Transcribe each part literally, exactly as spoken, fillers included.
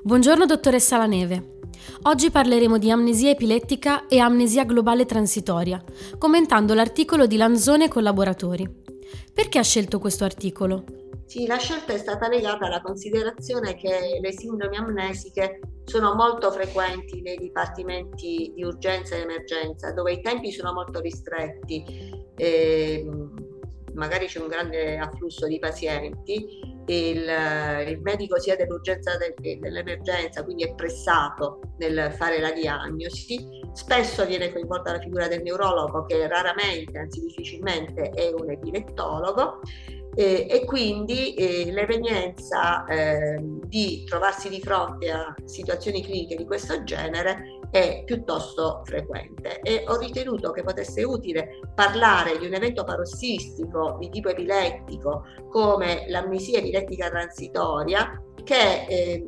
Buongiorno dottoressa Laneve. Oggi parleremo di amnesia epilettica e amnesia globale transitoria, commentando l'articolo di Lanzone e collaboratori. Perché ha scelto questo articolo? Sì, la scelta è stata legata alla considerazione che le sindromi amnesiche sono molto frequenti nei dipartimenti di urgenza e emergenza, dove i tempi sono molto ristretti, e magari c'è un grande afflusso di pazienti. Il, il medico sia dell'urgenza che dell'emergenza, quindi è pressato nel fare la diagnosi. Spesso viene coinvolta la figura del neurologo, che raramente, anzi difficilmente, è un epilettologo. Eh, e quindi eh, l'evenienza eh, di trovarsi di fronte a situazioni cliniche di questo genere è piuttosto frequente, e ho ritenuto che potesse utile parlare di un evento parossistico di tipo epilettico come l'amnesia epilettica transitoria, che eh,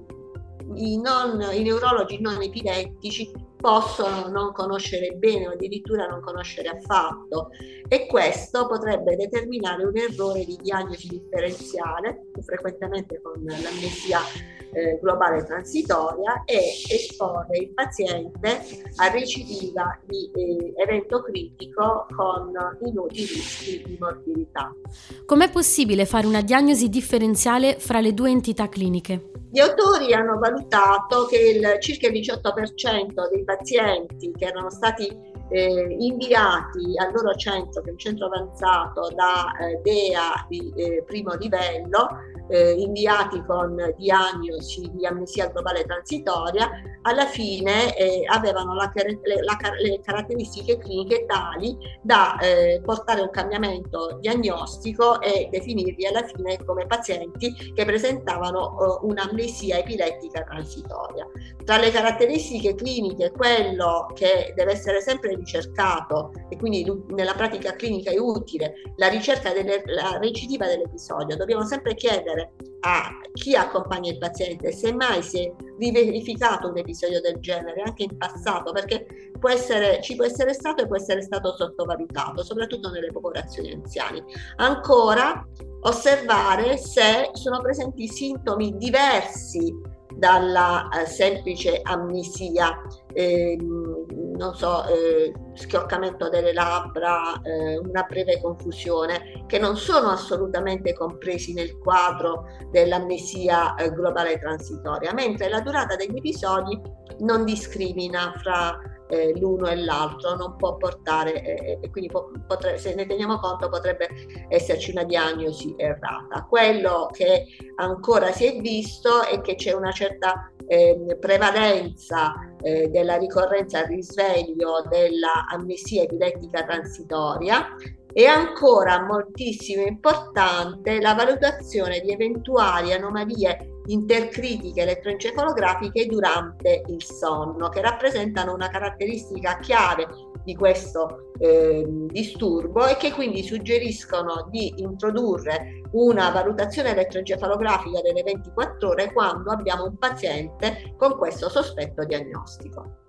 i, non, i neurologi non epilettici possono non conoscere bene o addirittura non conoscere affatto, e questo potrebbe determinare un errore di diagnosi differenziale, frequentemente con l'amnesia eh, globale transitoria, e esporre il paziente a recidiva di eh, evento critico con inutili rischi di morbilità. Com'è possibile fare una diagnosi differenziale fra le due entità cliniche? Gli autori hanno valutato che il, circa il diciotto per cento dei pazienti che erano stati eh, inviati al loro centro, che è un centro avanzato da eh, D E A di eh, primo livello, eh, inviati con diagnosi di amnesia globale transitoria, alla fine eh, avevano la, le, la, le caratteristiche cliniche tali da eh, portare un cambiamento diagnostico e definirli alla fine come pazienti che presentavano eh, un'amnesia epilettica transitoria. Tra le caratteristiche cliniche, quello che deve essere sempre ricercato, e quindi nella pratica clinica è utile, la ricerca della recidiva dell'episodio. Dobbiamo sempre chiedere a chi accompagna il paziente se mai si è riverificato un episodio del genere anche in passato, perché può essere, ci può essere stato e può essere stato sottovalutato, soprattutto nelle popolazioni anziane. Ancora, osservare se sono presenti sintomi diversi dalla eh, semplice amnesia, eh, non so, eh, schioccamento delle labbra, eh, una breve confusione, che non sono assolutamente compresi nel quadro dell'amnesia eh, globale transitoria, mentre la durata degli episodi non discrimina fra eh, l'uno e l'altro, non può portare, eh, e quindi può, potre, se ne teniamo conto potrebbe esserci una diagnosi errata. Quello che ancora si è visto è che c'è una certa eh, prevalenza eh, della ricorrenza al risveglio della amnesia epilettica transitoria. È ancora moltissimo importante la valutazione di eventuali anomalie intercritiche elettroencefalografiche durante il sonno, che rappresentano una caratteristica chiave di questo eh, disturbo, e che quindi suggeriscono di introdurre una valutazione elettroencefalografica delle ventiquattro ore quando abbiamo un paziente con questo sospetto diagnostico.